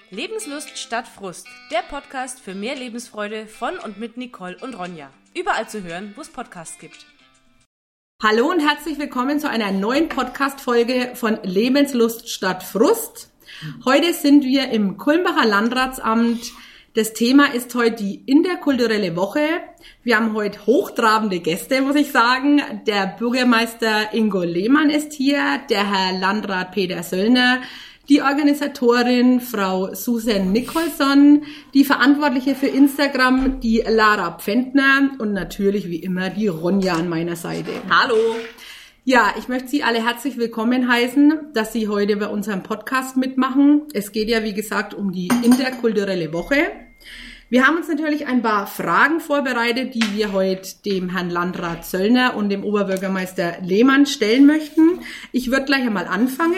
Lebenslust statt Frust, der Podcast für mehr Lebensfreude von und mit Nicole und Ronja. Überall zu hören, wo es Podcasts gibt. Hallo und herzlich willkommen zu einer neuen Podcast-Folge von Lebenslust statt Frust. Heute sind wir im Kulmbacher Landratsamt. Das Thema ist heute die interkulturelle Woche. Wir haben heute hochtrabende Gäste, muss ich sagen. Der Bürgermeister Ingo Lehmann ist hier, der Herr Landrat Peter Söllner, die Organisatorin Frau Susan Nicholson, die Verantwortliche für Instagram, die Lara Pfändner und natürlich wie immer die Ronja an meiner Seite. Hallo! Ja, ich möchte Sie alle herzlich willkommen heißen, dass Sie heute bei unserem Podcast mitmachen. Es geht ja, wie gesagt, um die interkulturelle Woche. Wir haben uns natürlich ein paar Fragen vorbereitet, die wir heute dem Herrn Landrat Söllner und dem Oberbürgermeister Lehmann stellen möchten. Ich würde gleich einmal anfangen.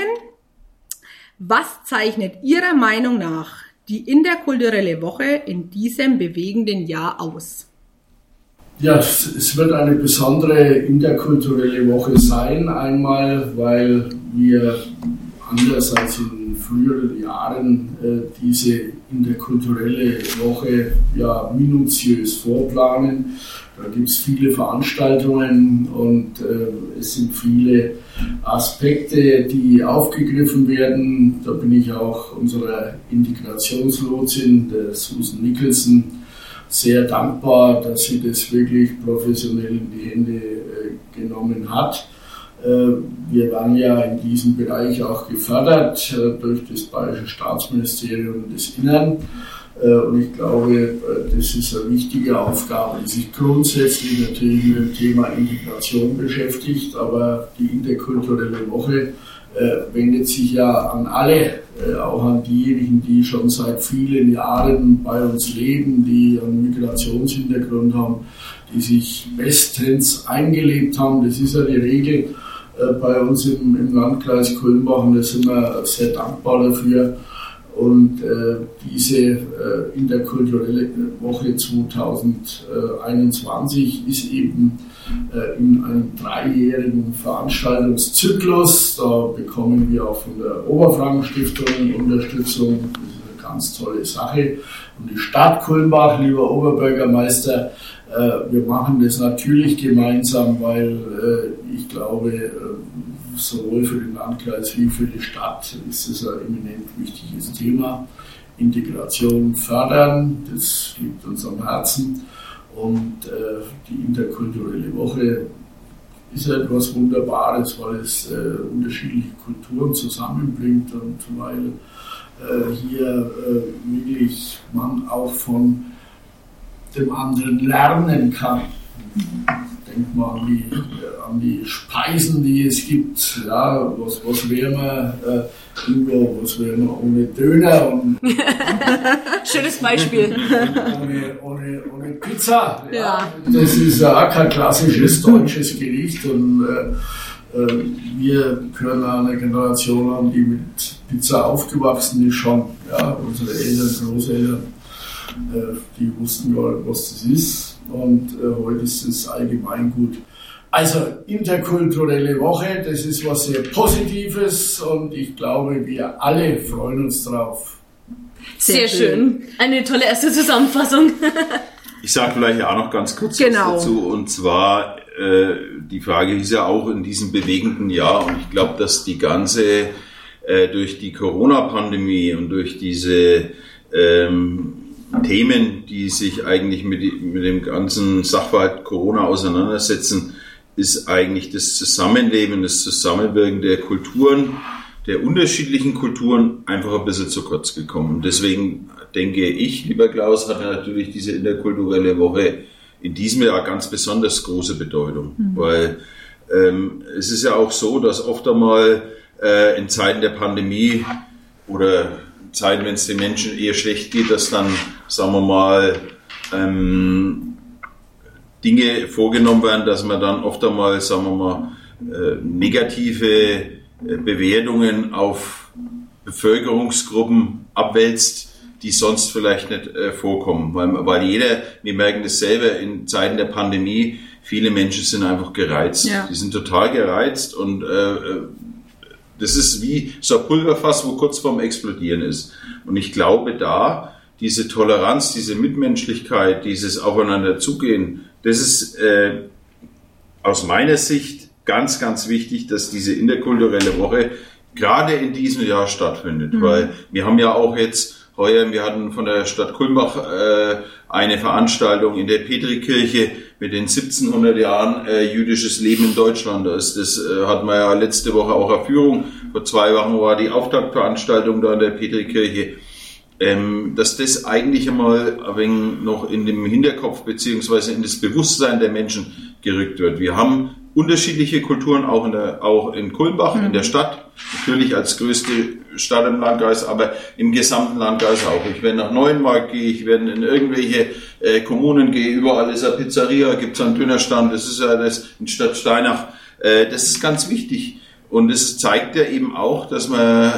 Was zeichnet Ihrer Meinung nach die interkulturelle Woche in diesem bewegenden Jahr aus? Ja, es wird eine besondere interkulturelle Woche sein. Einmal, weil wir anders als in früheren Jahren diese interkulturelle Woche ja minutiös vorplanen. Da gibt es viele Veranstaltungen und es sind viele Aspekte, die aufgegriffen werden. Da bin ich auch unserer Integrationslotsin, der Susan Nicholson, sehr dankbar, dass sie das wirklich professionell in die Hände genommen hat. Wir waren ja in diesem Bereich auch gefördert durch das Bayerische Staatsministerium des Innern. Und ich glaube, das ist eine wichtige Aufgabe, die sich grundsätzlich natürlich mit dem Thema Integration beschäftigt, aber die interkulturelle Woche wendet sich ja an alle, auch an diejenigen, die schon seit vielen Jahren bei uns leben, die einen Migrationshintergrund haben, die sich bestens eingelebt haben. Das ist ja die Regel bei uns im Landkreis Kulmbach und da sind wir sehr dankbar dafür. Und diese interkulturelle Woche 2021 ist eben in einem 3-jährigen Veranstaltungszyklus. Da bekommen wir auch von der Oberfranken-Stiftung Unterstützung. Das ist eine ganz tolle Sache. Und die Stadt Kulmbach, lieber Oberbürgermeister, wir machen das natürlich gemeinsam, weil ich glaube, sowohl für den Landkreis wie für die Stadt ist es ein eminent wichtiges Thema. Integration fördern, das liegt uns am Herzen. Und die interkulturelle Woche ist etwas Wunderbares, weil es unterschiedliche Kulturen zusammenbringt und weil hier wirklich man auch von dem anderen lernen kann. Denkt mal an die Speisen, die es gibt. Ja, was wäre man, was wäre man ohne Döner? Und schönes Beispiel. Ohne Pizza. Ja. Das ist ja auch kein klassisches deutsches Gericht. Und wir gehören einer Generation an, die mit Pizza aufgewachsen ist schon. Ja, unsere Eltern, Großeltern, die wussten gar nicht, was das ist. Und heute ist es Allgemeingut. Also interkulturelle Woche, das ist was sehr Positives und ich glaube, wir alle freuen uns drauf. Sehr schön. Eine tolle erste Zusammenfassung. Ich sage vielleicht auch noch ganz kurz was dazu. Und zwar, die Frage ist ja auch in diesem bewegenden Jahr und ich glaube, dass die ganze, durch die Corona-Pandemie und durch diese Themen, die sich eigentlich mit dem ganzen Sachverhalt Corona auseinandersetzen, ist eigentlich das Zusammenleben, das Zusammenwirken der Kulturen, der unterschiedlichen Kulturen einfach ein bisschen zu kurz gekommen. Und deswegen denke ich, lieber Klaus, hat natürlich diese interkulturelle Woche in diesem Jahr ganz besonders große Bedeutung, weil es ist ja auch so, dass oft einmal in Zeiten der Pandemie oder Zeiten, wenn es den Menschen eher schlecht geht, dass dann, sagen wir mal, Dinge vorgenommen werden, dass man dann oft einmal, sagen wir mal, negative Bewertungen auf Bevölkerungsgruppen abwälzt, die sonst vielleicht nicht vorkommen. Weil wir merken das selber in Zeiten der Pandemie, viele Menschen sind einfach gereizt. Ja. Die sind total gereizt und Das ist wie so ein Pulverfass, wo kurz vorm Explodieren ist. Und ich glaube, da diese Toleranz, diese Mitmenschlichkeit, dieses Aufeinanderzugehen, das ist aus meiner Sicht ganz, ganz wichtig, dass diese interkulturelle Woche gerade in diesem Jahr stattfindet. Weil wir haben ja auch jetzt heuer, wir hatten von der Stadt Kulmbach eine Veranstaltung in der Petrikirche mit den 1700 Jahren jüdisches Leben in Deutschland. Das hatten wir ja letzte Woche auch eine Führung. Vor 2 Wochen war die Auftaktveranstaltung da in der Petrikirche. Dass das eigentlich einmal ein wenig noch in dem Hinterkopf beziehungsweise in das Bewusstsein der Menschen gerückt wird. Wir haben unterschiedliche Kulturen auch in Kulmbach, in der Stadt, natürlich als größte Stadt im Landkreis, aber im gesamten Landkreis auch. Ich werde nach Neuenmarkt gehen, ich werde in irgendwelche Kommunen gehen, überall ist eine Pizzeria, gibt es einen Dönerstand, das ist ja das in Stadt Steinach. Das ist ganz wichtig und es zeigt ja eben auch, dass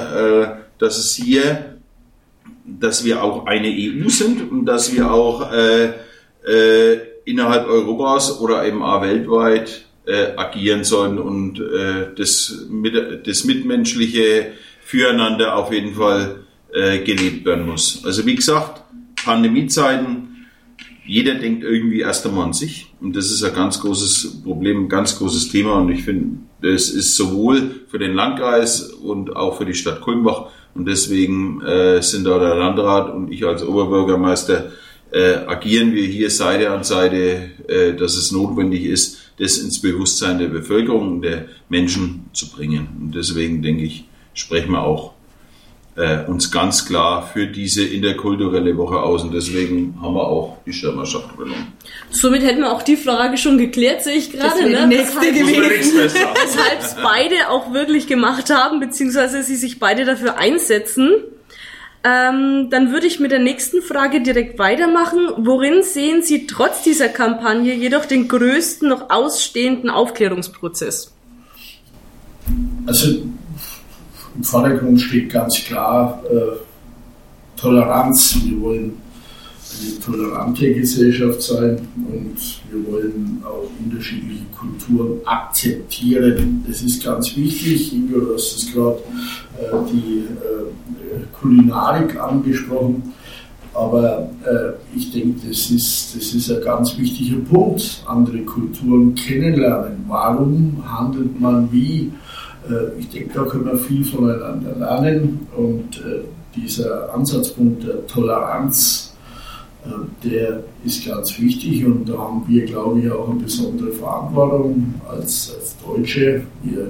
wir auch eine EU sind und dass wir auch innerhalb Europas oder eben auch weltweit agieren sollen und das mitmenschliche Füreinander auf jeden Fall gelebt werden muss. Also wie gesagt, Pandemiezeiten, jeder denkt irgendwie erst einmal an sich und das ist ein ganz großes Problem, ein ganz großes Thema und ich finde, das ist sowohl für den Landkreis und auch für die Stadt Kulmbach und deswegen sind da der Landrat und ich als Oberbürgermeister agieren wir hier Seite an Seite, dass es notwendig ist, das ins Bewusstsein der Bevölkerung und der Menschen zu bringen. Und deswegen denke ich, sprechen wir auch uns ganz klar für diese interkulturelle Woche aus und deswegen haben wir auch die Schirmherrschaft übernommen. Somit hätten wir auch die Frage schon geklärt, sehe ich gerade, ne? Weshalb es beide auch wirklich gemacht haben, beziehungsweise sie sich beide dafür einsetzen. Dann würde ich mit der nächsten Frage direkt weitermachen. Worin sehen Sie trotz dieser Kampagne jedoch den größten noch ausstehenden Aufklärungsprozess? Also im Vordergrund steht ganz klar Toleranz. Wir wollen eine tolerante Gesellschaft sein und wir wollen auch unterschiedliche Kulturen akzeptieren. Das ist ganz wichtig. Ingo, du hast es gerade die Kulinarik angesprochen, aber ich denke, das ist ein ganz wichtiger Punkt. Andere Kulturen kennenlernen. Warum handelt man wie? Ich denke, da können wir viel voneinander lernen und dieser Ansatzpunkt der Toleranz, der ist ganz wichtig und da haben wir, glaube ich, auch eine besondere Verantwortung als Deutsche. Wir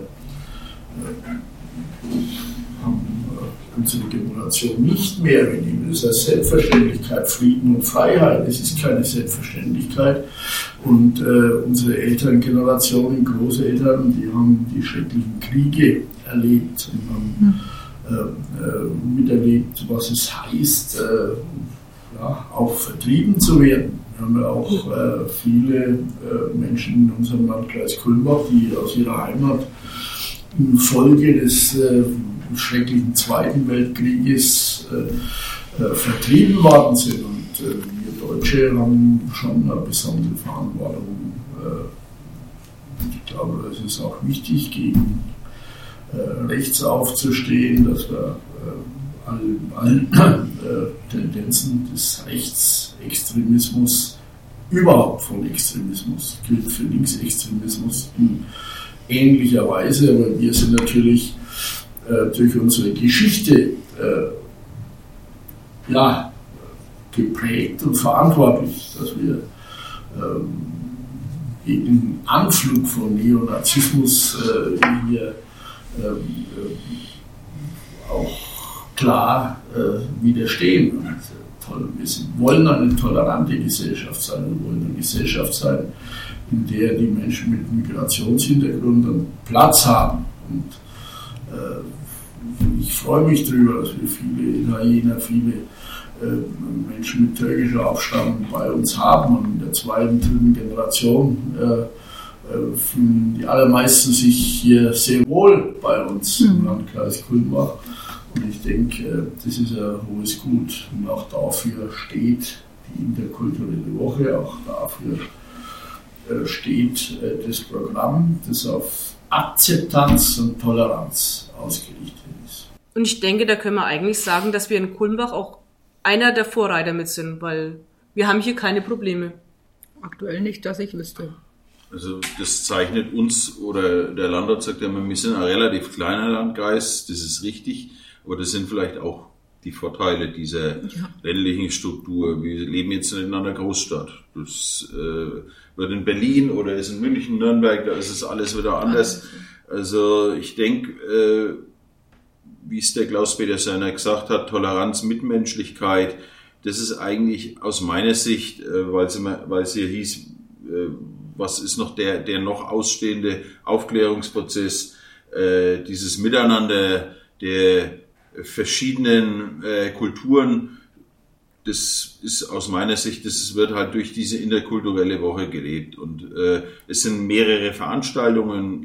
haben unsere Generation nicht mehr, wir nehmen das als Selbstverständlichkeit, Frieden und Freiheit, das ist keine Selbstverständlichkeit und unsere Elterngenerationen, Großeltern, die haben die schrecklichen Kriege erlebt und haben miterlebt, was es heißt, auch vertrieben zu werden. Wir haben ja auch viele Menschen in unserem Landkreis Kulmbach, die aus ihrer Heimat infolge des schrecklichen Zweiten Weltkrieges vertrieben worden sind. Und wir Deutsche haben schon eine besondere Verantwortung. Ich glaube, es ist auch wichtig, gegen rechts aufzustehen, dass wir allen Tendenzen des Rechtsextremismus, überhaupt von Extremismus, gilt für Linksextremismus in ähnlicher Weise, aber wir sind natürlich durch unsere Geschichte geprägt und verantwortlich, dass wir gegen den Anflug von Neonazismus hier auch klar widerstehen. Und, wir wollen eine tolerante Gesellschaft sein, wir wollen eine Gesellschaft sein, in der die Menschen mit Migrationshintergrund einen Platz haben. Und ich freue mich darüber, dass wir viele Italiener, viele Menschen mit türkischer Abstammung bei uns haben und in der 2. und 3. Generation fühlen die allermeisten sich hier sehr wohl bei uns im Landkreis Kulmbach. Und ich denke, das ist ein hohes Gut. Und auch dafür steht die interkulturelle Woche, auch dafür steht das Programm, das auf Akzeptanz und Toleranz ausgerichtet ist. Und ich denke, da können wir eigentlich sagen, dass wir in Kulmbach auch einer der Vorreiter mit sind, weil wir haben hier keine Probleme. Aktuell nicht, dass ich wüsste. Also das zeichnet uns, oder der Landrat sagt ja immer, wir sind ein relativ kleiner Landkreis, das ist richtig, aber das sind vielleicht auch die Vorteile dieser ländlichen Struktur. Wir leben jetzt in einer Großstadt. Das wird in Berlin oder ist in München, Nürnberg, da ist es alles wieder anders. Also ich denke, wie es der Klaus-Peter Serner gesagt hat, Toleranz, Mitmenschlichkeit, das ist eigentlich aus meiner Sicht, weil es hier hieß, was ist noch der noch ausstehende Aufklärungsprozess, dieses Miteinander der verschiedenen Kulturen, das ist aus meiner Sicht, das wird halt durch diese interkulturelle Woche gelebt. Und es sind mehrere Veranstaltungen.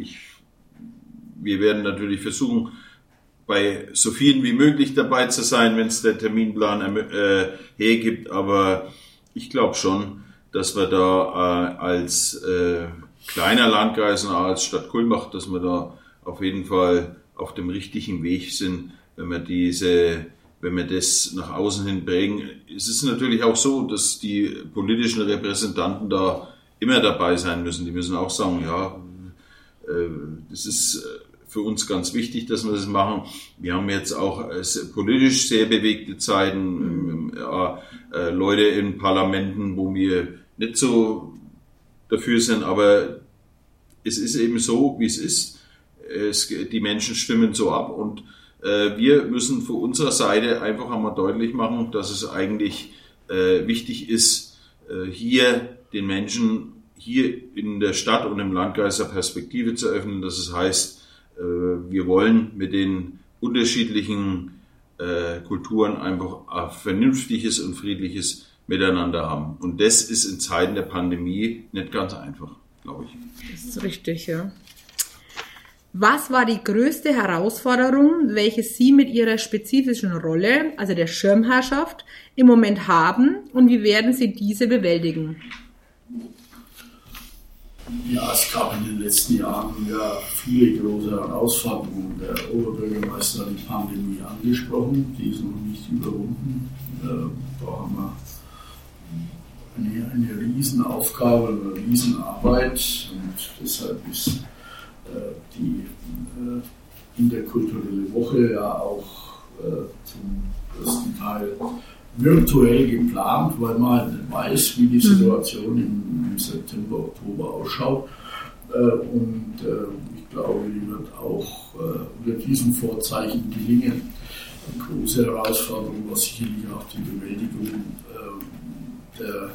Wir werden natürlich versuchen, bei so vielen wie möglich dabei zu sein, wenn es der Terminplan hergibt. Aber ich glaube schon, dass wir da als kleiner Landkreis und als Stadt Kulmbach, dass wir da auf jeden Fall auf dem richtigen Weg sind, wenn wir das nach außen hin prägen. Es ist natürlich auch so, dass die politischen Repräsentanten da immer dabei sein müssen. Die müssen auch sagen, ja, das ist für uns ganz wichtig, dass wir das machen. Wir haben jetzt auch politisch sehr bewegte Zeiten, Leute in Parlamenten, wo wir nicht so dafür sind, aber es ist eben so, wie es ist. Die Menschen stimmen so ab und wir müssen von unserer Seite einfach einmal deutlich machen, dass es eigentlich wichtig ist, hier den Menschen hier in der Stadt und im Landkreis eine Perspektive zu öffnen. Das heißt, wir wollen mit den unterschiedlichen Kulturen einfach ein vernünftiges und friedliches Miteinander haben. Und das ist in Zeiten der Pandemie nicht ganz einfach, glaube ich. Das ist richtig, ja. Was war die größte Herausforderung, welche Sie mit Ihrer spezifischen Rolle, also der Schirmherrschaft, im Moment haben und wie werden Sie diese bewältigen? Ja, es gab in den letzten Jahren ja viele große Herausforderungen. Der Oberbürgermeister hat die Pandemie angesprochen, die ist noch nicht überwunden. Da haben wir eine Riesenaufgabe, eine Riesenarbeit und deshalb ist die interkulturelle Woche ja auch zum größten Teil virtuell geplant, weil man halt nicht weiß, wie die Situation im September, Oktober ausschaut. Und ich glaube, die wird auch unter diesen Vorzeichen gelingen. Eine große Herausforderung war sicherlich auch die Bewältigung der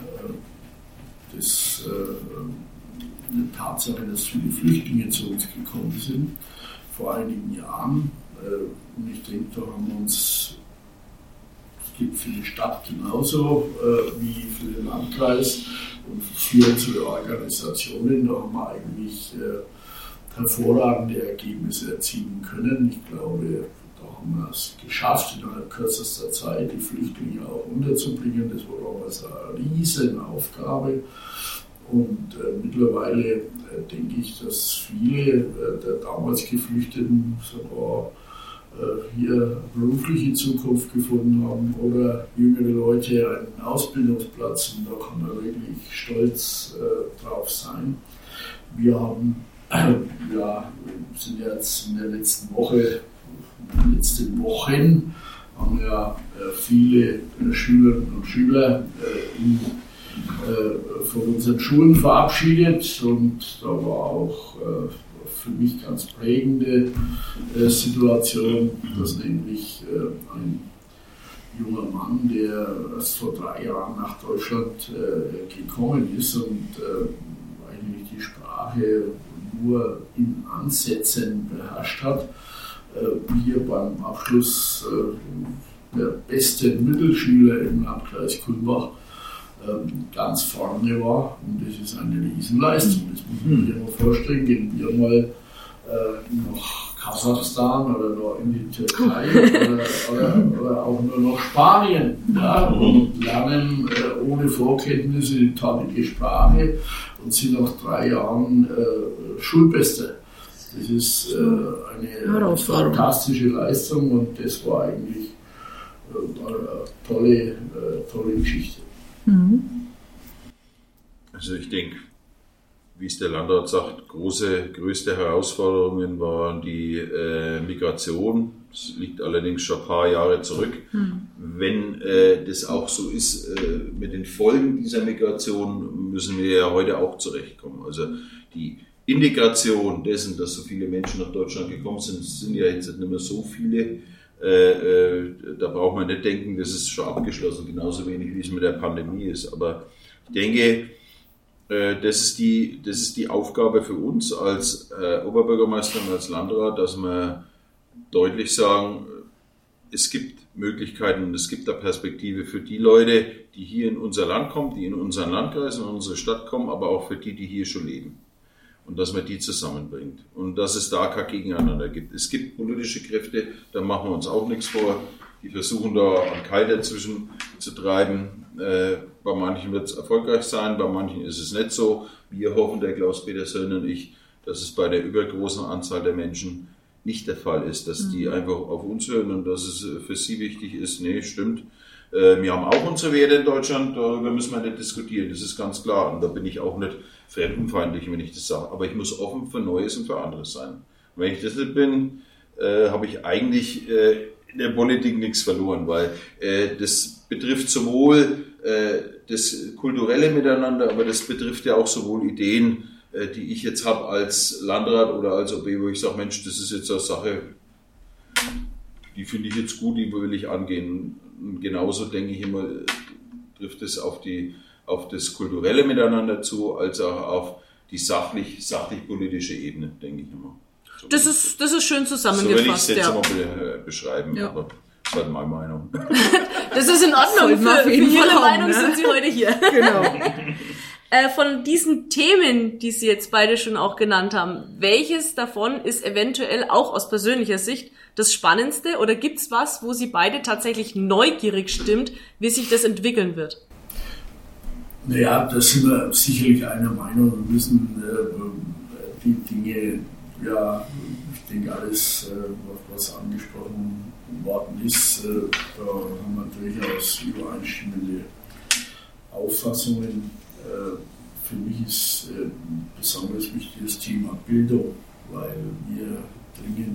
Tatsache, dass viele Flüchtlinge zu uns gekommen sind vor einigen Jahren. Und ich denke, da haben wir uns, es gibt für die Stadt genauso wie für den Landkreis und für unsere Organisationen, da haben wir eigentlich hervorragende Ergebnisse erzielen können. Ich glaube, da haben wir es geschafft, innerhalb kürzester Zeit die Flüchtlinge auch unterzubringen. Das war damals eine Riesenaufgabe. Und mittlerweile denke ich, dass viele der damals Geflüchteten sogar hier berufliche Zukunft gefunden haben oder jüngere Leute einen Ausbildungsplatz, und da kann man wirklich stolz drauf sein. Wir haben sind jetzt in der letzten Woche, in den letzten Wochen haben ja viele Schülerinnen und Schüler von unseren Schulen verabschiedet, und da war auch für mich ganz prägende Situation, dass nämlich ein junger Mann, der erst vor 3 Jahren nach Deutschland gekommen ist und eigentlich die Sprache nur in Ansätzen beherrscht hat, hier beim Abschluss der besten Mittelschüler im Landkreis Kulmbach ganz vorne war, und das ist eine Riesenleistung. Das muss man sich mal vorstellen, gehen wir mal nach Kasachstan oder noch in die Türkei oder auch nur nach Spanien, ja, und lernen ohne Vorkenntnisse die tadlige Sprache und sind nach 3 Jahren Schulbeste. Das ist eine fantastische Leistung und das war eigentlich eine tolle Geschichte. Also ich denke, wie es der Landrat sagt, größte Herausforderungen waren die Migration. Das liegt allerdings schon ein paar Jahre zurück. Wenn das auch so ist, mit den Folgen dieser Migration müssen wir ja heute auch zurechtkommen. Also die Integration dessen, dass so viele Menschen nach Deutschland gekommen sind, sind ja jetzt nicht mehr so viele. Da braucht man nicht denken, das ist schon abgeschlossen, genauso wenig wie es mit der Pandemie ist. Aber ich denke, das ist die Aufgabe für uns als Oberbürgermeister und als Landrat, dass wir deutlich sagen, es gibt Möglichkeiten und es gibt eine Perspektive für die Leute, die hier in unser Land kommen, die in unseren Landkreis, in unsere Stadt kommen, aber auch für die hier schon leben. Und dass man die zusammenbringt. Und dass es da kein Gegeneinander gibt. Es gibt politische Kräfte, da machen wir uns auch nichts vor. Die versuchen da an Keil dazwischen zu treiben. Bei manchen wird es erfolgreich sein, bei manchen ist es nicht so. Wir hoffen, der Klaus-Peter Söllner und ich, dass es bei der übergroßen Anzahl der Menschen nicht der Fall ist, dass die einfach auf uns hören und dass es für sie wichtig ist. Nee, stimmt. Wir haben auch unsere Werte in Deutschland, darüber müssen wir nicht diskutieren, das ist ganz klar. Und da bin ich auch nicht fremdenfeindlich, wenn ich das sage. Aber ich muss offen für Neues und für anderes sein. Und wenn ich das nicht bin, habe ich eigentlich in der Politik nichts verloren, weil das betrifft sowohl das kulturelle Miteinander, aber das betrifft ja auch sowohl Ideen, die ich jetzt habe als Landrat oder als OB, wo ich sage, Mensch, das ist jetzt eine Sache, die finde ich jetzt gut, die will ich angehen. Und genauso denke ich immer, trifft es auf das kulturelle Miteinander zu, als auch auf die sachlich-politische Ebene, denke ich immer. So das ist schön zusammengefasst. So will ich es jetzt mal beschreiben, aber das ist halt meine Meinung. Das ist in Ordnung, für Ihre Meinung sind Sie heute hier. Genau. Von diesen Themen, die Sie jetzt beide schon auch genannt haben, welches davon ist eventuell auch aus persönlicher Sicht das Spannendste oder gibt's was, wo Sie beide tatsächlich neugierig stimmt, wie sich das entwickeln wird? Naja, da sind wir sicherlich einer Meinung. Wir müssen die Dinge, ja, ich denke alles, was angesprochen worden ist, da haben wir durchaus übereinstimmende Auffassungen. Für mich ist ein besonders wichtiges Thema Bildung, weil wir dringend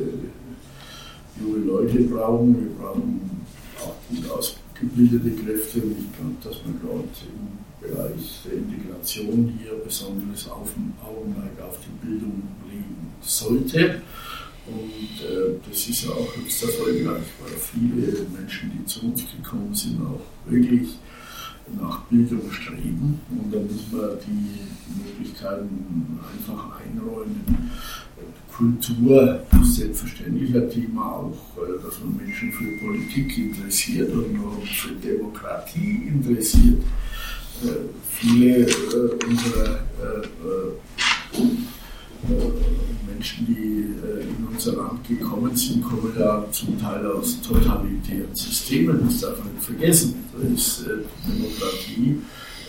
junge Leute brauchen. Wir brauchen auch gut ausgebildete Kräfte und ich glaube, dass man dort im Bereich der Integration hier besonderes Augenmerk auf die Bildung legen sollte. Und das ist ja auch höchst erfolgreich, weil viele Menschen, die zu uns gekommen sind, auch wirklich nach Bildung streben. Und dann müssen wir die Möglichkeiten einfach einräumen. Kultur ist selbstverständlich ein Thema auch, dass man Menschen für Politik interessiert und auch für Demokratie interessiert. Viele unserer Menschen, die in unser Land gekommen sind, kommen ja zum Teil aus totalitären Systemen. Das darf man nicht vergessen. Da ist Demokratie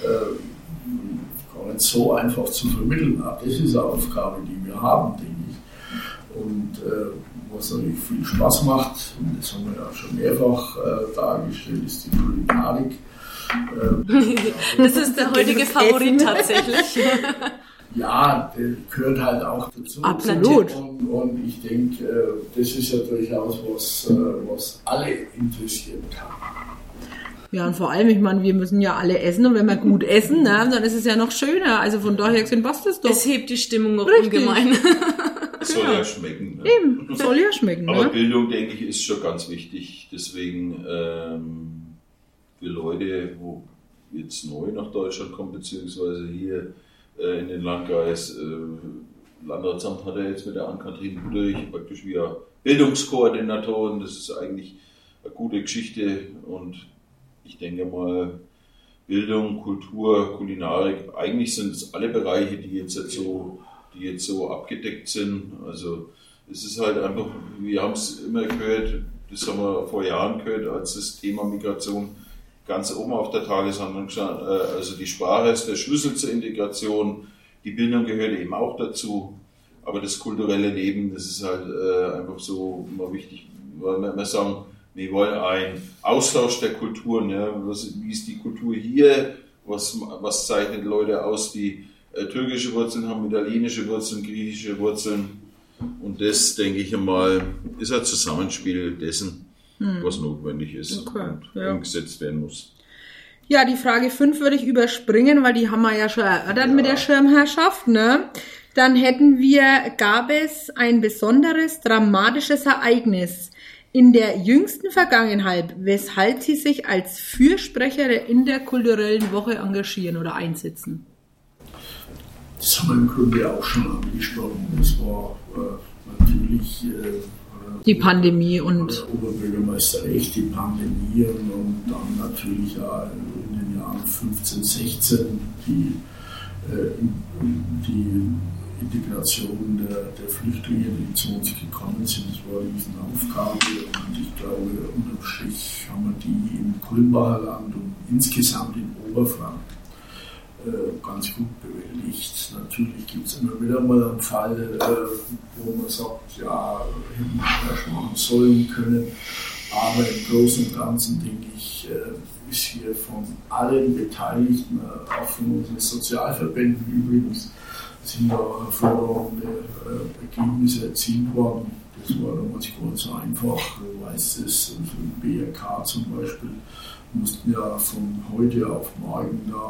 gar nicht so einfach zu vermitteln. Das ist eine Aufgabe, die wir haben, denke ich. Und was natürlich viel Spaß macht, und das haben wir ja schon mehrfach dargestellt, ist die Kulinarik. Das ist der heutige Favorit tatsächlich. Ja, gehört halt auch dazu. Absolut. Und ich denke, das ist ja durchaus was alle interessieren kann. Ja, und vor allem, ich meine, wir müssen ja alle essen und wenn wir gut essen, ne, dann ist es ja noch schöner. Also von daher gesehen, passt das doch. Es hebt die Stimmung noch ungemein. Soll ja schmecken. Ne? Eben, soll ja schmecken. Aber ne? Bildung, denke ich, ist schon ganz wichtig. Deswegen für Leute, wo jetzt neu nach Deutschland kommen, beziehungsweise hier in den Landkreis, Landratsamt hat er jetzt mit der Ann-Kathrin Budrich praktisch wie Bildungskoordinatorin. Das ist eigentlich eine gute Geschichte und ich denke mal, Bildung, Kultur, Kulinarik, eigentlich sind es alle Bereiche, die jetzt so abgedeckt sind. Also es ist halt einfach, wir haben es immer gehört, das haben wir vor Jahren gehört, als das Thema Migration ganz oben auf der Tagesordnung stand. Also die Sprache ist der Schlüssel zur Integration, die Bildung gehört eben auch dazu. aber das kulturelle Leben, das ist halt einfach so immer wichtig, weil wir immer sagen, wir wollen einen Austausch der Kulturen. Ja? Wie ist die Kultur hier? Was zeichnet Leute aus, die türkische Wurzeln haben, italienische Wurzeln, griechische Wurzeln? Und das, denke ich einmal, ist ein Zusammenspiel dessen, was notwendig ist und umgesetzt werden muss. Ja, die Frage 5 würde ich überspringen, weil die haben wir ja schon erörtert mit der Schirmherrschaft, ne? Dann gab es ein besonderes, dramatisches Ereignis in der jüngsten Vergangenheit, weshalb Sie sich als Fürsprecher der interkulturellen Woche engagieren oder einsetzen? Das haben wir im Grunde auch schon angesprochen. Das war natürlich die Pandemie und der Oberbürgermeister Echt, die Pandemie und dann natürlich auch in den Jahren 15, 16 die Integration der Flüchtlinge, die zu uns gekommen sind. Das war eine Riesenaufgabe und ich glaube, unterm Strich haben wir die im Kulmbacher Land und insgesamt in Oberfranken ganz gut bewältigt. Natürlich gibt es immer wieder mal einen Fall, wo man sagt, ja, hätten wir das machen sollen können, aber im Großen und Ganzen, denke ich, ist hier von allen Beteiligten, auch von unseren Sozialverbänden übrigens, sind da hervorragende Ergebnisse erzielt worden. Das war damals ganz einfach, du weißt es, also im BRK zum Beispiel mussten ja von heute auf morgen da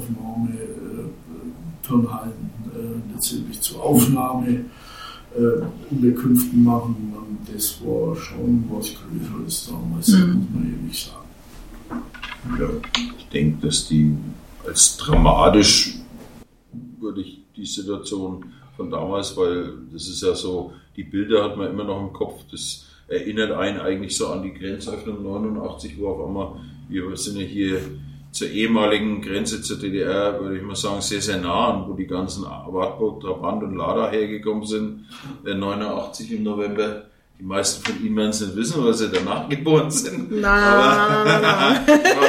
Aufnahmeturnhallen letztendlich zur Aufnahme Unterkünften machen und das war schon was Größeres damals, muss man ehrlich sagen. Ja, ich denke, dass die als dramatisch würde ich die Situation von damals, weil das ist ja so, die Bilder hat man immer noch im Kopf, das erinnert einen eigentlich so an die Grenzöffnung 89, wo auf einmal, wir sind ja hier zur ehemaligen Grenze zur DDR, würde ich mal sagen, sehr, sehr nah an, wo die ganzen Wartburg, Trabant und Lada hergekommen sind, 89 im November. Die meisten von Ihnen werden es nicht wissen, weil sie danach geboren sind. Nein.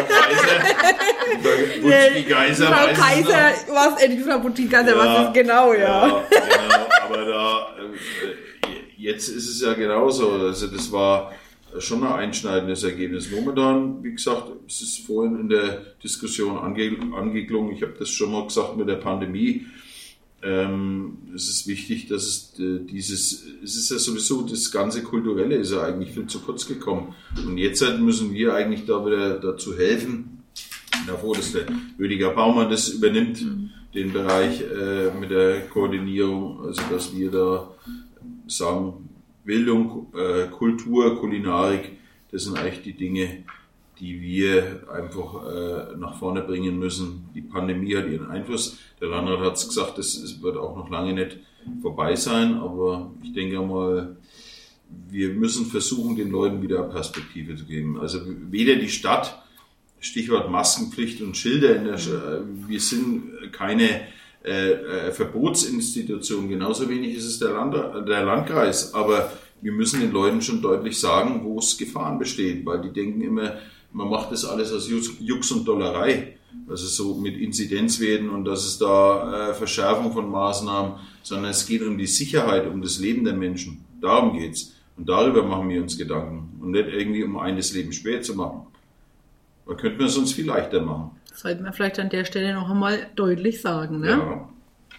Frau Butchi-Geiser, was ist genau, ja. Ja, genau, aber jetzt ist es ja genauso. Also das war schon ein einschneidendes Ergebnis. Momentan, wie gesagt, es ist vorhin in der Diskussion angeklungen, ich habe das schon mal gesagt mit der Pandemie. Es ist wichtig, dass es es ist ja sowieso, das ganze Kulturelle ist ja eigentlich viel zu kurz gekommen. Und jetzt müssen wir eigentlich da wieder dazu helfen. Ich bin froh, dass der Rüdiger Baumann das übernimmt, den Bereich mit der Koordinierung, also dass wir da sagen, Bildung, Kultur, Kulinarik, das sind eigentlich die Dinge, die wir einfach nach vorne bringen müssen. Die Pandemie hat ihren Einfluss. Der Landrat hat es gesagt, es wird auch noch lange nicht vorbei sein, aber ich denke mal, wir müssen versuchen, den Leuten wieder eine Perspektive zu geben. Also weder die Stadt, Stichwort Maskenpflicht und Schilder, wir sind keine Verbotsinstitution, genauso wenig ist es der Landkreis, aber wir müssen den Leuten schon deutlich sagen, wo es Gefahren besteht, weil die denken immer, man macht das alles aus Jux und Dollerei, also so mit Inzidenzwerten und dass es da Verschärfung von Maßnahmen, sondern es geht um die Sicherheit, um das Leben der Menschen. Darum geht's. Und darüber machen wir uns Gedanken und nicht irgendwie um eines Leben schwer zu machen. Da könnten wir es uns viel leichter machen. Das sollten wir vielleicht an der Stelle noch einmal deutlich sagen. Ne? Ja.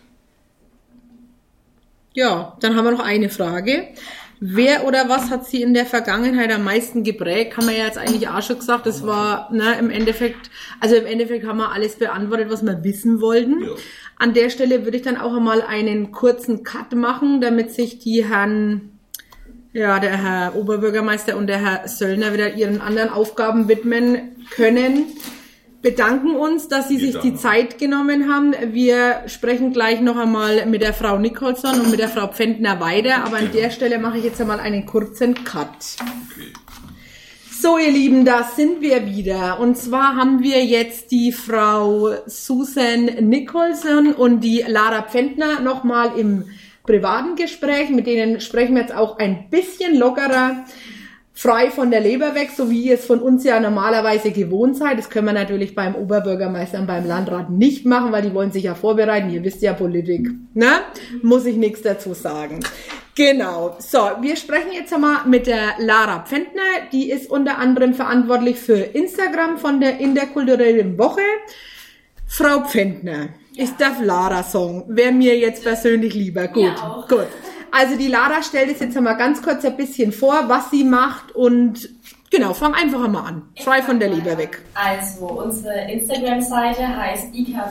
Ja, dann haben wir noch eine Frage. Wer oder was hat Sie in der Vergangenheit am meisten geprägt? Haben wir ja jetzt eigentlich auch schon gesagt, das war im Endeffekt haben wir alles beantwortet, was wir wissen wollten. Ja. An der Stelle würde ich dann auch einmal einen kurzen Cut machen, damit sich der Herr Oberbürgermeister und der Herr Söllner wieder ihren anderen Aufgaben widmen können. Bedanken uns, dass Sie sich die Zeit genommen haben. Wir sprechen gleich noch einmal mit der Frau Nicholson und mit der Frau Pfändner weiter, aber an der Stelle mache ich jetzt einmal einen kurzen Cut. Okay. So, ihr Lieben, da sind wir wieder. Und zwar haben wir jetzt die Frau Susan Nicholson und die Lara Pfändner nochmal im privaten Gespräch. Mit denen sprechen wir jetzt auch ein bisschen lockerer. frei von der Leber weg, so wie ihr es von uns ja normalerweise gewohnt seid. Das können wir natürlich beim Oberbürgermeister und beim Landrat nicht machen, weil die wollen sich ja vorbereiten. Ihr wisst ja Politik, ne? Muss ich nichts dazu sagen. Genau. So, wir sprechen jetzt einmal mit der Lara Pfändner. Die ist unter anderem verantwortlich für Instagram von der Interkulturellen Woche. Frau Pfändner, ich darf Lara sagen. Wäre mir jetzt persönlich lieber. Gut, gut. Also die Lara stellt es jetzt einmal ganz kurz ein bisschen vor, was sie macht und genau, fang einfach mal an. Frei von der Leber weg. Also unsere Instagram-Seite heißt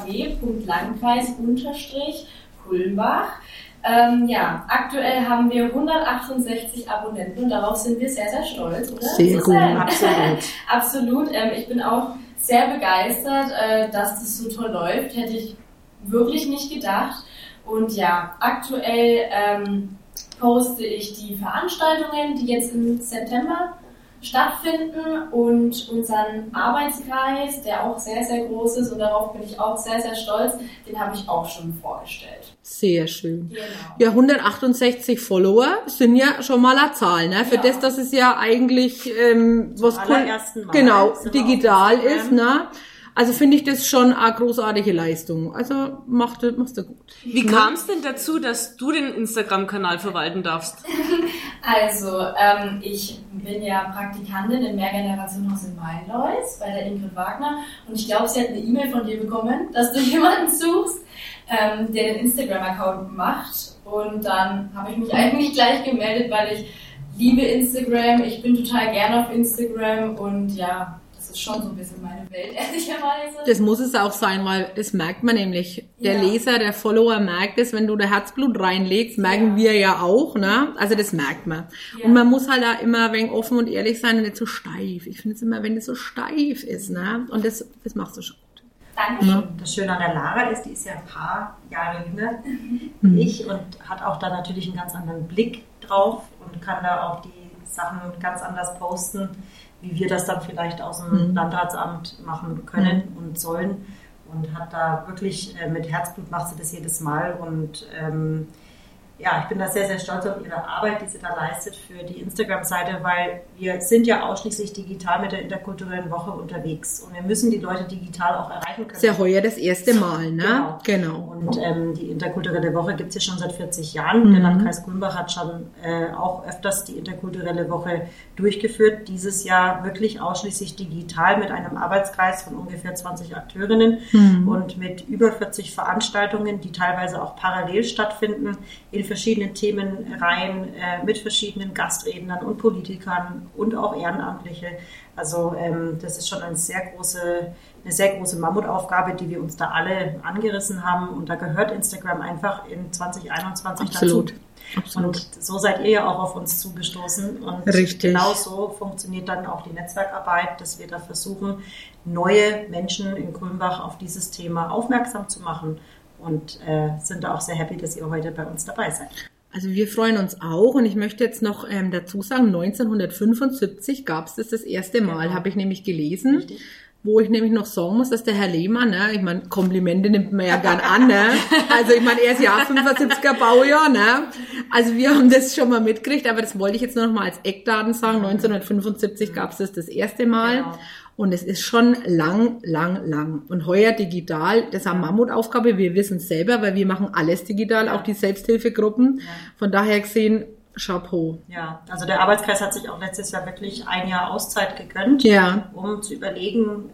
ikw.landkreis_Kulmbach. Aktuell haben wir 168 Abonnenten und darauf sind wir sehr, sehr stolz, oder? Sehr gut, absolut. Absolut. Ich bin auch sehr begeistert, dass das so toll läuft. Hätte ich wirklich nicht gedacht. Und ja, aktuell poste ich die Veranstaltungen, die jetzt im September stattfinden und unseren Arbeitskreis, der auch sehr, sehr groß ist und darauf bin ich auch sehr, sehr stolz, den habe ich auch schon vorgestellt. Sehr schön. Genau. Ja, 168 Follower sind ja schon mal eine Zahl, ne? Für das, dass es ja eigentlich was genau digital ist, ne? Also finde ich das schon eine großartige Leistung. Also machst du gut. Wie kam es denn dazu, dass du den Instagram-Kanal verwalten darfst? Also, ich bin ja Praktikantin im Mehrgenerationenhaus in Mainlois bei der Ingrid Wagner und ich glaube, sie hat eine E-Mail von dir bekommen, dass du jemanden suchst, der den Instagram-Account macht. Und dann habe ich mich eigentlich gleich gemeldet, weil ich liebe Instagram, ich bin total gerne auf Instagram und ja, das ist schon so ein bisschen meine Welt, ehrlicherweise. Das muss es auch sein, weil das merkt man nämlich. Der Leser, der Follower merkt es, wenn du da Herzblut reinlegst, merken wir ja auch, ne? Also das merkt man. Ja. Und man muss halt auch immer ein wenig offen und ehrlich sein und nicht so steif. Ich finde es immer, wenn das so steif ist, ne? Und das machst du schon gut. Dankeschön. Ja. Das Schöne an der Lara ist, die ist ja ein paar Jahre jünger wie ich und hat auch da natürlich einen ganz anderen Blick drauf und kann da auch die Sachen ganz anders posten, wie wir das dann vielleicht aus dem Landratsamt machen können und sollen. Und hat da wirklich mit Herzblut macht sie das jedes Mal. Und ich bin da sehr, sehr stolz auf ihre Arbeit, die sie da leistet für die Instagram-Seite, weil wir sind ja ausschließlich digital mit der Interkulturellen Woche unterwegs. Und wir müssen die Leute digital auch erreichen können. Das ist ja heuer das erste Mal, ne? Genau. Und die Interkulturelle Woche gibt es ja schon seit 40 Jahren. Der Landkreis Kulmbach hat schon auch öfters die Interkulturelle Woche durchgeführt. Dieses Jahr wirklich ausschließlich digital mit einem Arbeitskreis von ungefähr 20 Akteurinnen und mit über 40 Veranstaltungen, die teilweise auch parallel stattfinden, in verschiedenen Themenreihen mit verschiedenen Gastrednern und Politikern und auch Ehrenamtliche. Also das ist schon eine sehr große Mammutaufgabe, die wir uns da alle angerissen haben. Und da gehört Instagram einfach in 2021 dazu. Absolut. Und so seid ihr ja auch auf uns zugestoßen. Und genau so funktioniert dann auch die Netzwerkarbeit, dass wir da versuchen, neue Menschen in Kulmbach auf dieses Thema aufmerksam zu machen. Und sind da auch sehr happy, dass ihr heute bei uns dabei seid. Also wir freuen uns auch und ich möchte jetzt noch dazu sagen, 1975 gab es das erste Mal, habe ich nämlich gelesen. Richtig. Wo ich nämlich noch sagen muss, dass der Herr Lehmann, ne, ich meine, Komplimente nimmt man ja gern an, ne? Also ich meine, er ist ja 75er Baujahr, ne? Also wir haben das schon mal mitgekriegt, aber das wollte ich jetzt noch mal als Eckdaten sagen. 1975 gab es das erste Mal. Genau. Und es ist schon lang. Und heuer digital, das ist eine Mammutaufgabe, wir wissen es selber, weil wir machen alles digital, auch die Selbsthilfegruppen. Ja. Von daher gesehen, Chapeau. Ja, also der Arbeitskreis hat sich auch letztes Jahr wirklich ein Jahr Auszeit gegönnt, um zu überlegen,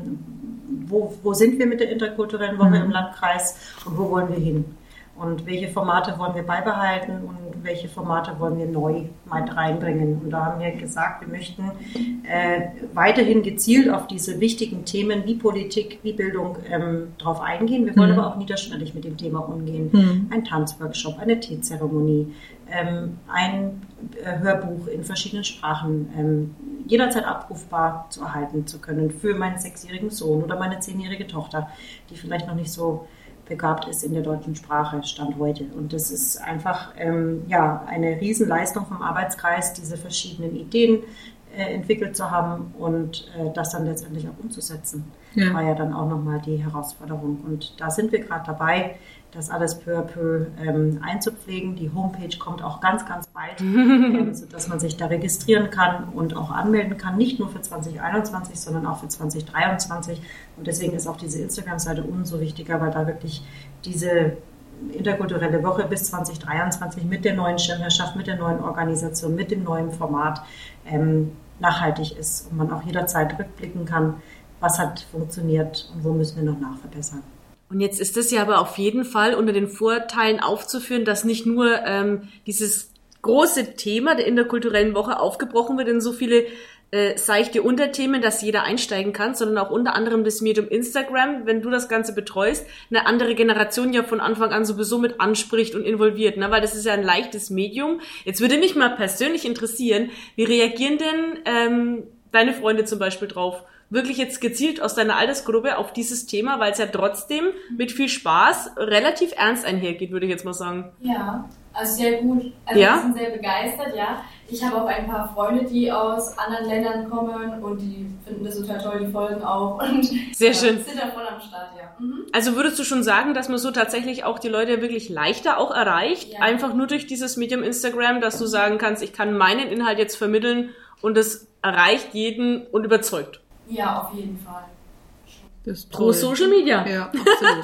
wo sind wir mit der Interkulturellen Woche im Landkreis und wo wollen wir hin? Und welche Formate wollen wir beibehalten und welche Formate wollen wir neu mit reinbringen? Und da haben wir gesagt, wir möchten weiterhin gezielt auf diese wichtigen Themen wie Politik, wie Bildung drauf eingehen. Wir wollen aber auch niederschwellig mit dem Thema umgehen. Ein Tanzworkshop, eine Teezeremonie, ein Hörbuch in verschiedenen Sprachen, jederzeit abrufbar zu erhalten zu können für meinen 6-jährigen Sohn oder meine 10-jährige Tochter, die vielleicht noch nicht so begabt ist in der deutschen Sprache, Stand heute. Und das ist einfach eine Riesenleistung vom Arbeitskreis, diese verschiedenen Ideen entwickelt zu haben und das dann letztendlich auch umzusetzen. Ja. War ja dann auch nochmal die Herausforderung. Und da sind wir gerade dabei, das alles peu à peu einzupflegen. Die Homepage kommt auch ganz, ganz bald, sodass man sich da registrieren kann und auch anmelden kann, nicht nur für 2021, sondern auch für 2023. Und deswegen ist auch diese Instagram-Seite umso wichtiger, weil da wirklich diese interkulturelle Woche bis 2023 mit der neuen Schirmherrschaft, mit der neuen Organisation, mit dem neuen Format nachhaltig ist und man auch jederzeit rückblicken kann, was hat funktioniert und wo müssen wir noch nachverbessern. Und jetzt ist es ja aber auf jeden Fall unter den Vorteilen aufzuführen, dass nicht nur dieses große Thema der interkulturellen Woche aufgebrochen wird in so viele seichte Unterthemen, dass jeder einsteigen kann, sondern auch unter anderem das Medium Instagram, wenn du das Ganze betreust, eine andere Generation ja von Anfang an sowieso mit anspricht und involviert, ne? Weil das ist ja ein leichtes Medium. Jetzt würde mich mal persönlich interessieren, wie reagieren denn deine Freunde zum Beispiel drauf? Wirklich jetzt gezielt aus deiner Altersgruppe auf dieses Thema, weil es ja trotzdem mit viel Spaß relativ ernst einhergeht, würde ich jetzt mal sagen. Ja, also sehr gut. Also wir sind sehr begeistert, ja. Ich habe auch ein paar Freunde, die aus anderen Ländern kommen und die finden das total toll, die folgen auch. Und sehr schön. Sind da voll am Start, ja. Also würdest du schon sagen, dass man so tatsächlich auch die Leute wirklich leichter auch erreicht, einfach nur durch dieses Medium Instagram, dass du sagen kannst, ich kann meinen Inhalt jetzt vermitteln und es erreicht jeden und überzeugt? Ja, auf jeden Fall. Das ist pro Social Media. Ja, absolut.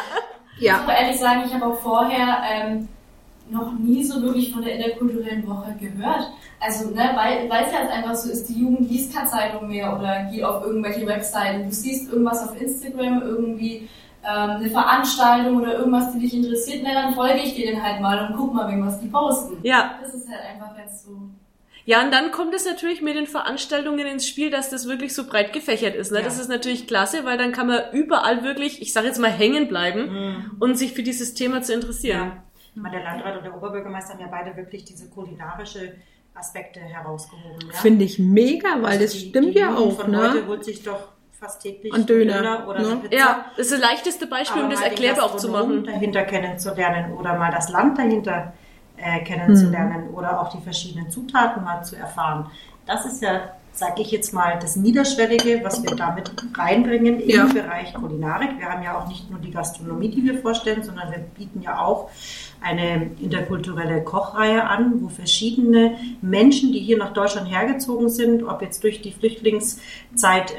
Ich muss aber ehrlich sagen, ich habe auch vorher noch nie so wirklich von der interkulturellen Woche gehört. Also, ne, weil es halt einfach so ist, die Jugend liest keine Zeitung mehr oder geht auf irgendwelche Webseiten. Du siehst irgendwas auf Instagram, irgendwie eine Veranstaltung oder irgendwas, die dich interessiert, na, dann folge ich dir den halt mal und guck mal, was die posten. Ja. Das ist halt einfach jetzt so. Ja, und dann kommt es natürlich mit den Veranstaltungen ins Spiel, dass das wirklich so breit gefächert ist. Ne? Ja. Das ist natürlich klasse, weil dann kann man überall wirklich, ich sage jetzt mal, hängen bleiben und sich für dieses Thema zu interessieren. Ja. Der Landrat und der Oberbürgermeister haben ja beide wirklich diese kulinarische Aspekte herausgehoben. Ja? Finde ich mega, weil das stimmt ja auch. Von heute holt sich doch fast täglich ein Döner oder eine Pizza. Ja, das ist das leichteste Beispiel, um das erklärbar auch zu machen. Dahinter kennenzulernen oder mal das Land dahinter kennenzulernen oder auch die verschiedenen Zutaten mal zu erfahren. Das ist ja, sage ich jetzt mal, das Niederschwellige, was wir damit reinbringen im Bereich Kulinarik. Wir haben ja auch nicht nur die Gastronomie, die wir vorstellen, sondern wir bieten ja auch eine interkulturelle Kochreihe an, wo verschiedene Menschen, die hier nach Deutschland hergezogen sind, ob jetzt durch die Flüchtlingszeit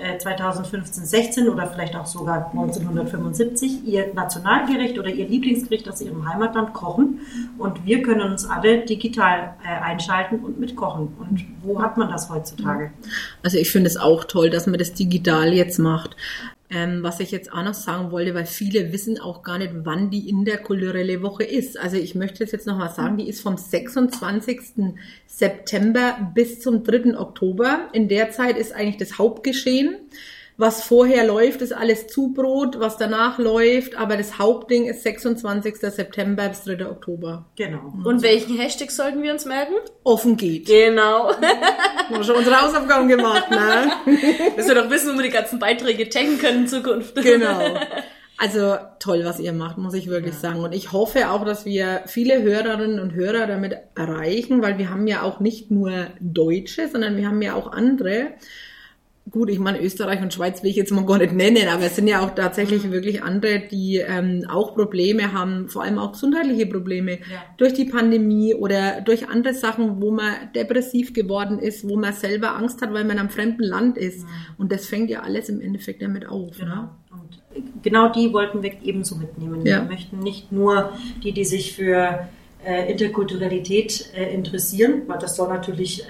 2015-16 oder vielleicht auch sogar 1975, ihr Nationalgericht oder ihr Lieblingsgericht aus ihrem Heimatland kochen. Und wir können uns alle digital einschalten und mitkochen. Und wo hat man das heutzutage? Also ich finde es auch toll, dass man das digital jetzt macht. Was ich jetzt auch noch sagen wollte, weil viele wissen auch gar nicht, wann die interkulturelle Woche ist. Also ich möchte jetzt noch mal sagen, die ist vom 26. September bis zum 3. Oktober. In der Zeit ist eigentlich das Hauptgeschehen. Was vorher läuft, ist alles Zubrot, was danach läuft, aber das Hauptding ist 26. September bis 3. Oktober. Genau. Und welchen Hashtag sollten wir uns merken? Offen geht. Genau. Wir haben schon unsere Hausaufgaben gemacht, ne? Dass wir doch wissen, wo wir die ganzen Beiträge taggen können in Zukunft. Genau. Also toll, was ihr macht, muss ich wirklich sagen. Und ich hoffe auch, dass wir viele Hörerinnen und Hörer damit erreichen, weil wir haben ja auch nicht nur Deutsche, sondern wir haben ja auch andere. Gut, ich meine, Österreich und Schweiz will ich jetzt mal gar nicht nennen, aber es sind ja auch tatsächlich wirklich andere, die auch Probleme haben, vor allem auch gesundheitliche Probleme durch die Pandemie oder durch andere Sachen, wo man depressiv geworden ist, wo man selber Angst hat, weil man am fremden Land ist. Und das fängt ja alles im Endeffekt damit auf. Genau. Ne? Und genau die wollten wir ebenso mitnehmen. Wir möchten nicht nur die sich für Interkulturalität interessieren, weil das soll natürlich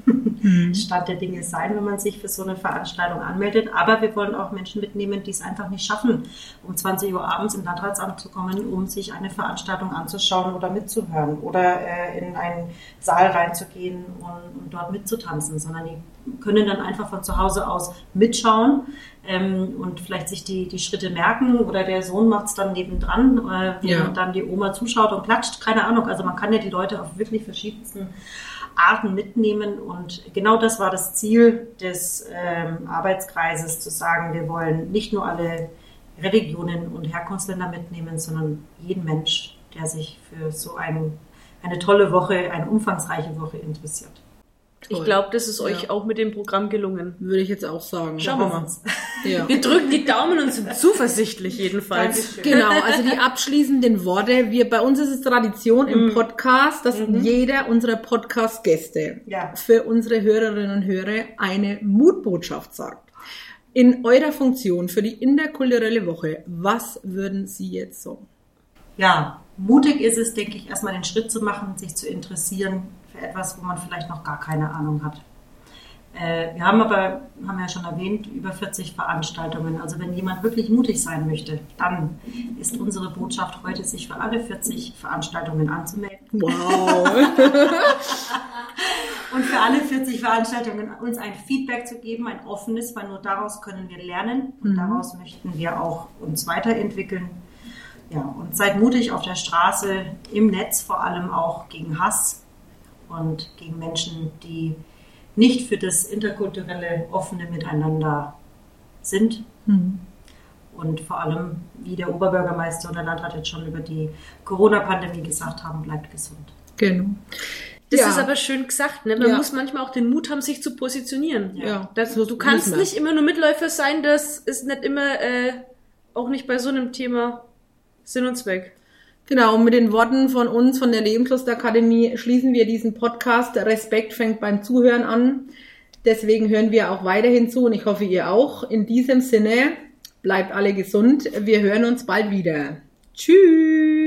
Stand der Dinge sein, wenn man sich für so eine Veranstaltung anmeldet. Aber wir wollen auch Menschen mitnehmen, die es einfach nicht schaffen, um 20 Uhr abends im Landratsamt zu kommen, um sich eine Veranstaltung anzuschauen oder mitzuhören oder in einen Saal reinzugehen und dort mitzutanzen, sondern die können dann einfach von zu Hause aus mitschauen und vielleicht sich die Schritte merken oder der Sohn macht es dann nebendran, und dann die Oma zuschaut und klatscht, keine Ahnung. Also man kann ja die Leute auf wirklich verschiedensten Arten mitnehmen und genau das war das Ziel des Arbeitskreises, zu sagen, wir wollen nicht nur alle Religionen und Herkunftsländer mitnehmen, sondern jeden Mensch, der sich für so eine tolle Woche, eine umfangreiche Woche interessiert. Ich glaube, das ist euch auch mit dem Programm gelungen. Würde ich jetzt auch sagen. Schauen wir mal. Ja. Wir drücken die Daumen und sind zuversichtlich jedenfalls. Dankeschön. Genau, also die abschließenden Worte. Bei uns ist es Tradition im Podcast, dass jeder unserer Podcast-Gäste für unsere Hörerinnen und Hörer eine Mutbotschaft sagt. In eurer Funktion für die interkulturelle Woche, was würden Sie jetzt sagen? Ja, mutig ist es, denke ich, erstmal den Schritt zu machen, sich zu interessieren für etwas, wo man vielleicht noch gar keine Ahnung hat. Wir haben ja schon erwähnt, über 40 Veranstaltungen. Also wenn jemand wirklich mutig sein möchte, dann ist unsere Botschaft heute, sich für alle 40 Veranstaltungen anzumelden. Wow! Und für alle 40 Veranstaltungen uns ein Feedback zu geben, ein offenes, weil nur daraus können wir lernen und daraus möchten wir auch uns weiterentwickeln. Ja, und seid mutig auf der Straße, im Netz vor allem auch gegen Hass und gegen Menschen, die nicht für das interkulturelle, offene Miteinander sind. Und vor allem, wie der Oberbürgermeister und der Landrat jetzt schon über die Corona-Pandemie gesagt haben, bleibt gesund. Genau. Das ist aber schön gesagt, ne? Man muss manchmal auch den Mut haben, sich zu positionieren. Ja. Du kannst nicht immer nur Mitläufer sein, das ist nicht immer, auch nicht bei so einem Thema Sinn und Zweck. Genau, und mit den Worten von uns, von der Lebenslustakademie, schließen wir diesen Podcast. Respekt fängt beim Zuhören an. Deswegen hören wir auch weiterhin zu und ich hoffe, ihr auch. In diesem Sinne, bleibt alle gesund. Wir hören uns bald wieder. Tschüss!